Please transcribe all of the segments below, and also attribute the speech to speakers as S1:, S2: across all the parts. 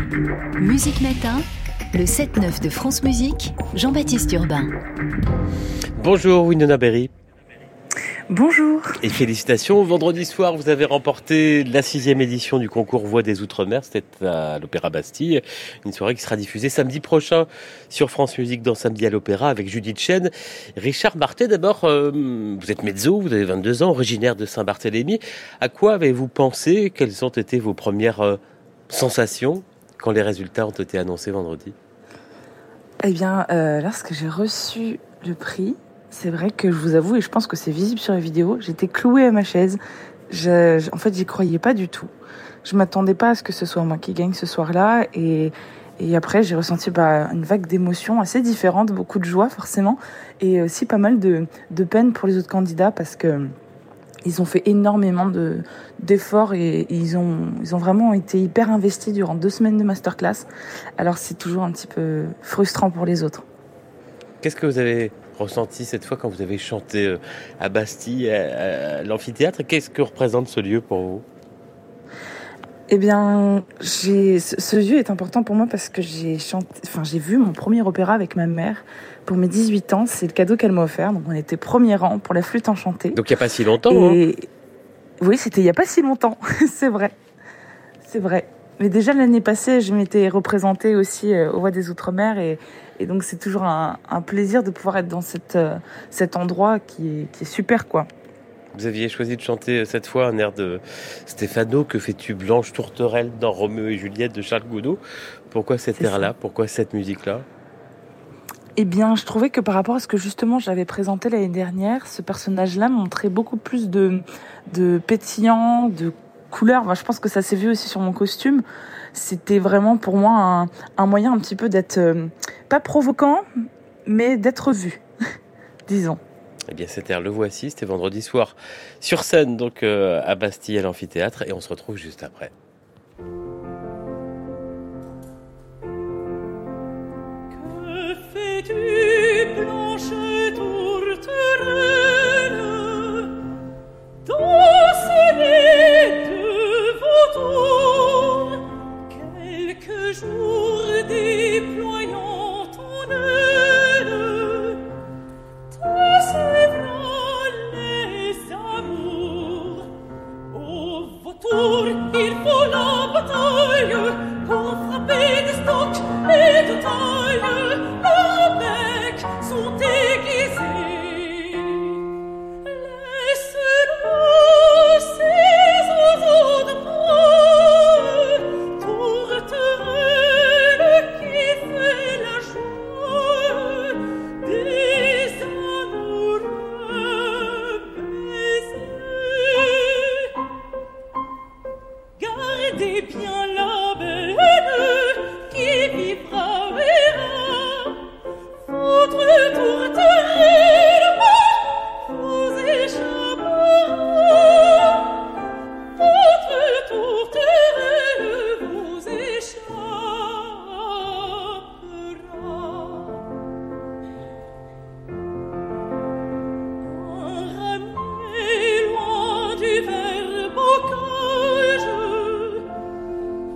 S1: Musique Matin, le 7-9 de France Musique, Jean-Baptiste Urbain.
S2: Bonjour Winona Berry.
S3: Bonjour.
S2: Et félicitations, vendredi soir vous avez remporté la 6e édition du concours Voix des Outre-mer, c'était à l'Opéra Bastille, une soirée qui sera diffusée samedi prochain sur France Musique dans Samedi à l'Opéra avec Judith Chen. Richard Marté, d'abord, vous êtes mezzo, vous avez 22 ans, originaire de Saint-Barthélemy. À quoi avez-vous pensé? Quelles ont été vos premières sensations quand les résultats ont été annoncés vendredi?
S3: Eh bien, lorsque j'ai reçu le prix, c'est vrai que je vous avoue, et je pense que c'est visible sur la vidéo, j'étais clouée à ma chaise. En fait, j'y croyais pas du tout. Je m'attendais pas à ce que ce soit moi qui gagne ce soir-là. Et après, j'ai ressenti une vague d'émotions assez différentes, beaucoup de joie forcément, et aussi pas mal de peine pour les autres candidats parce que ils ont fait énormément d'efforts et ils ont vraiment été hyper investis durant 2 semaines de masterclass. Alors c'est toujours un petit peu frustrant pour les autres.
S2: Qu'est-ce que vous avez ressenti cette fois quand vous avez chanté à Bastille, à l'amphithéâtre? Qu'est-ce que représente ce lieu pour vous?
S3: Eh bien, ce lieu est important pour moi parce que j'ai vu mon premier opéra avec ma mère pour mes 18 ans. C'est le cadeau qu'elle m'a offert. Donc, on était premier rang pour La Flûte Enchantée.
S2: Donc, il n'y a pas si longtemps,
S3: Oui, c'était il n'y a pas si longtemps. C'est vrai. C'est vrai. Mais déjà, l'année passée, je m'étais représentée aussi aux Voix des Outre-mer. Et donc, c'est toujours un plaisir de pouvoir être dans cet endroit qui est super, quoi.
S2: Vous aviez choisi de chanter cette fois un air de Stéphano, Que fais-tu Blanche Tourterelle dans Roméo et Juliette de Charles Gounod. Pourquoi cet air-là? Pourquoi cette musique-là?
S3: Eh bien, je trouvais que par rapport à ce que justement j'avais présenté l'année dernière, ce personnage-là montrait beaucoup plus de pétillant, de couleurs. Enfin, je pense que ça s'est vu aussi sur mon costume. C'était vraiment pour moi un moyen un petit peu d'être, pas provoquant, mais d'être vu, disons.
S2: Eh bien, cet air, le voici, c'était vendredi soir sur scène, donc à Bastille, à l'amphithéâtre, et on se retrouve juste après.
S4: Que fais-tu, blanche tourterelle, dans ce nez de vautour, quelques jours déployant ton aile, les amours. Au vautour, il faut la bataille pour frapper des stocks et de taille. Leurs becs sont aiguisés. Laisse-le ces oiseaux de proie, tourterelle qui fait la joie des amoureux baisers. Gardez bien la belle qui vivra verra votre tourterelle vous échappera. Votre tourterelle vous échappera. Ramenez loin du vert bocage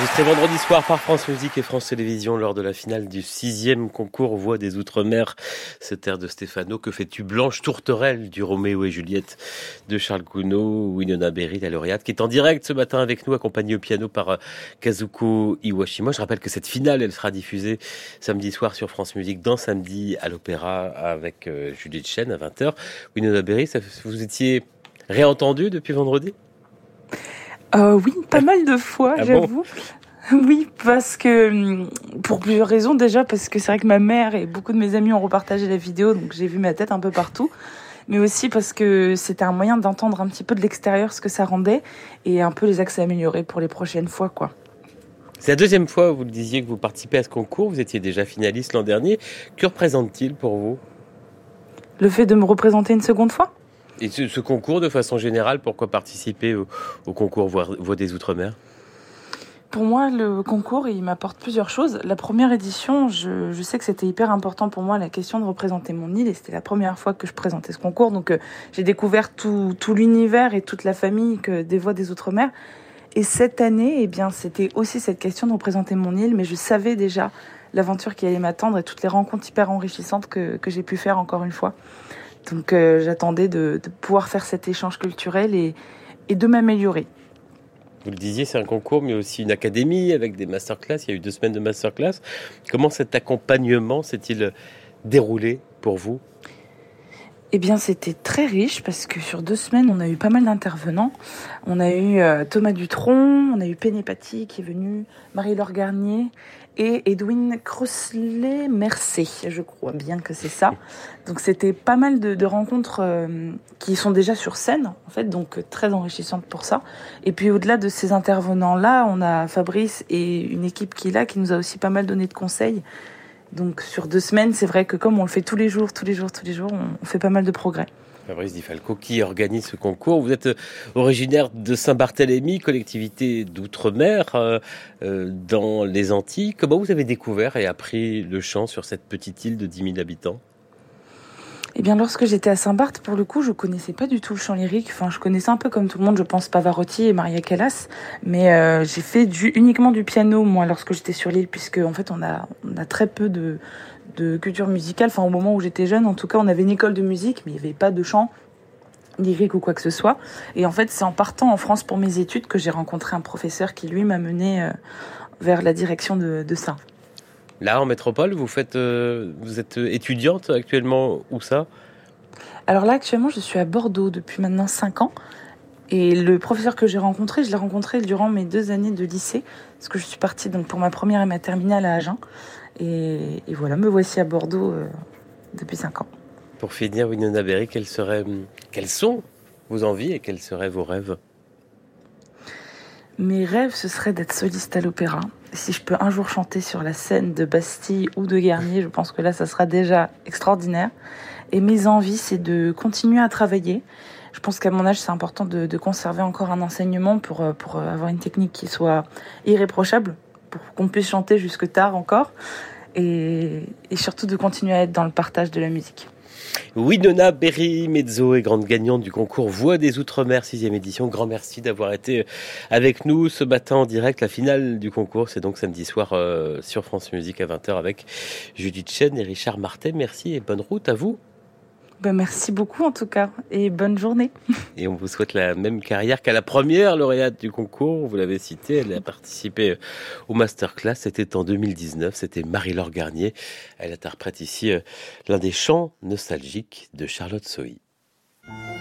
S2: Enregistré vendredi soir par France Musique et France Télévisions lors de la finale du 6e concours Voix des Outre-mer. Cet air de Stéphano, Que fais-tu Blanche, Tourterelle du Roméo et Juliette de Charles Gounod, Wynonna Berry, la lauréate, qui est en direct ce matin avec nous, accompagnée au piano par Kazuko Iwashima. Je rappelle que cette finale, elle sera diffusée samedi soir sur France Musique dans Samedi à l'Opéra avec Judith Chen à 20h. Wynonna Berry, vous étiez réentendu depuis vendredi ?
S3: Oui, pas mal de fois, j'avoue. Bon oui, parce que, pour plusieurs raisons. Déjà, parce que c'est vrai que ma mère et beaucoup de mes amis ont repartagé la vidéo, donc j'ai vu ma tête un peu partout. Mais aussi parce que c'était un moyen d'entendre un petit peu de l'extérieur ce que ça rendait et un peu les axes à améliorer pour les prochaines fois, quoi.
S2: C'est la deuxième fois, vous le disiez, que vous participez à ce concours. Vous étiez déjà finaliste l'an dernier. Que représente-t-il pour vous ?
S3: Le fait de me représenter une seconde fois ?
S2: Et ce concours, de façon générale, pourquoi participer au concours Voix des Outre-mer ?
S3: Pour moi, le concours, il m'apporte plusieurs choses. La première édition, je sais que c'était hyper important pour moi, la question de représenter mon île, et c'était la première fois que je présentais ce concours. Donc, j'ai découvert tout l'univers et toute la famille des Voix des Outre-mer. Et cette année, eh bien, c'était aussi cette question de représenter mon île, mais je savais déjà l'aventure qui allait m'attendre et toutes les rencontres hyper enrichissantes que j'ai pu faire encore une fois. Donc j'attendais de pouvoir faire cet échange culturel et de m'améliorer.
S2: Vous le disiez, c'est un concours, mais aussi une académie avec des masterclass. Il y a eu 2 semaines de masterclass. Comment cet accompagnement s'est-il déroulé pour vous ?
S3: Eh bien, c'était très riche parce que sur 2 semaines, on a eu pas mal d'intervenants. On a eu Thomas Dutronc, on a eu Pénépati qui est venu, Marie-Laure Garnier et Edwin Crossley-Mercé, je crois bien que c'est ça. Donc c'était pas mal de rencontres qui sont déjà sur scène, en fait, donc très enrichissantes pour ça. Et puis au-delà de ces intervenants-là, on a Fabrice et une équipe qui est là, qui nous a aussi pas mal donné de conseils. Donc sur 2 semaines, c'est vrai que comme on le fait tous les jours, on fait pas mal de progrès.
S2: Fabrice Di Falco qui organise ce concours. Vous êtes originaire de Saint-Barthélemy, collectivité d'outre-mer dans les Antilles. Comment vous avez découvert et appris le chant sur cette petite île de 10 000 habitants ?
S3: Eh bien, lorsque j'étais à Saint-Barth, pour le coup, je connaissais pas du tout le chant lyrique. Enfin, je connaissais un peu comme tout le monde, je pense, Pavarotti et Maria Callas. Mais j'ai fait uniquement du piano, moi, lorsque j'étais sur l'île, puisque, en fait, on a très peu de culture musicale. Enfin, au moment où j'étais jeune, en tout cas, on avait une école de musique, mais il n'y avait pas de chant lyrique ou quoi que ce soit. Et en fait, c'est en partant en France pour mes études que j'ai rencontré un professeur qui, lui, m'a mené vers la direction de ça.
S2: Là, en métropole, vous êtes étudiante actuellement, où ça ?
S3: Alors là, actuellement, je suis à Bordeaux depuis maintenant 5 ans. Et le professeur que j'ai rencontré, je l'ai rencontré durant mes 2 années de lycée, parce que je suis partie donc, pour ma première et ma terminale à Agen. Et voilà, me voici à Bordeaux depuis 5 ans.
S2: Pour finir, Wynonna Berry, quelles sont vos envies et quels seraient vos rêves ?
S3: Mes rêves, ce serait d'être soliste à l'opéra. Si je peux un jour chanter sur la scène de Bastille ou de Garnier, je pense que là, ça sera déjà extraordinaire. Et mes envies, c'est de continuer à travailler. Je pense qu'à mon âge, c'est important de conserver encore un enseignement pour avoir une technique qui soit irréprochable, pour qu'on puisse chanter jusque tard encore. Et surtout de continuer à être dans le partage de la musique.
S2: Wynonna Berry, mezzo et grande gagnante du concours Voix des Outre-mer 6e édition. Grand merci d'avoir été avec nous ce matin en direct. La finale du concours, c'est donc samedi soir sur France Musique à 20h avec Judith Chen et Richard Martin. Merci et bonne route à vous.
S3: Merci beaucoup en tout cas et bonne journée.
S2: Et on vous souhaite la même carrière qu'à la première lauréate du concours. Vous l'avez citée, elle a participé au masterclass. C'était en 2019, c'était Marie-Laure Garnier. Elle interprète ici l'un des chants nostalgiques de Charlotte Sohi.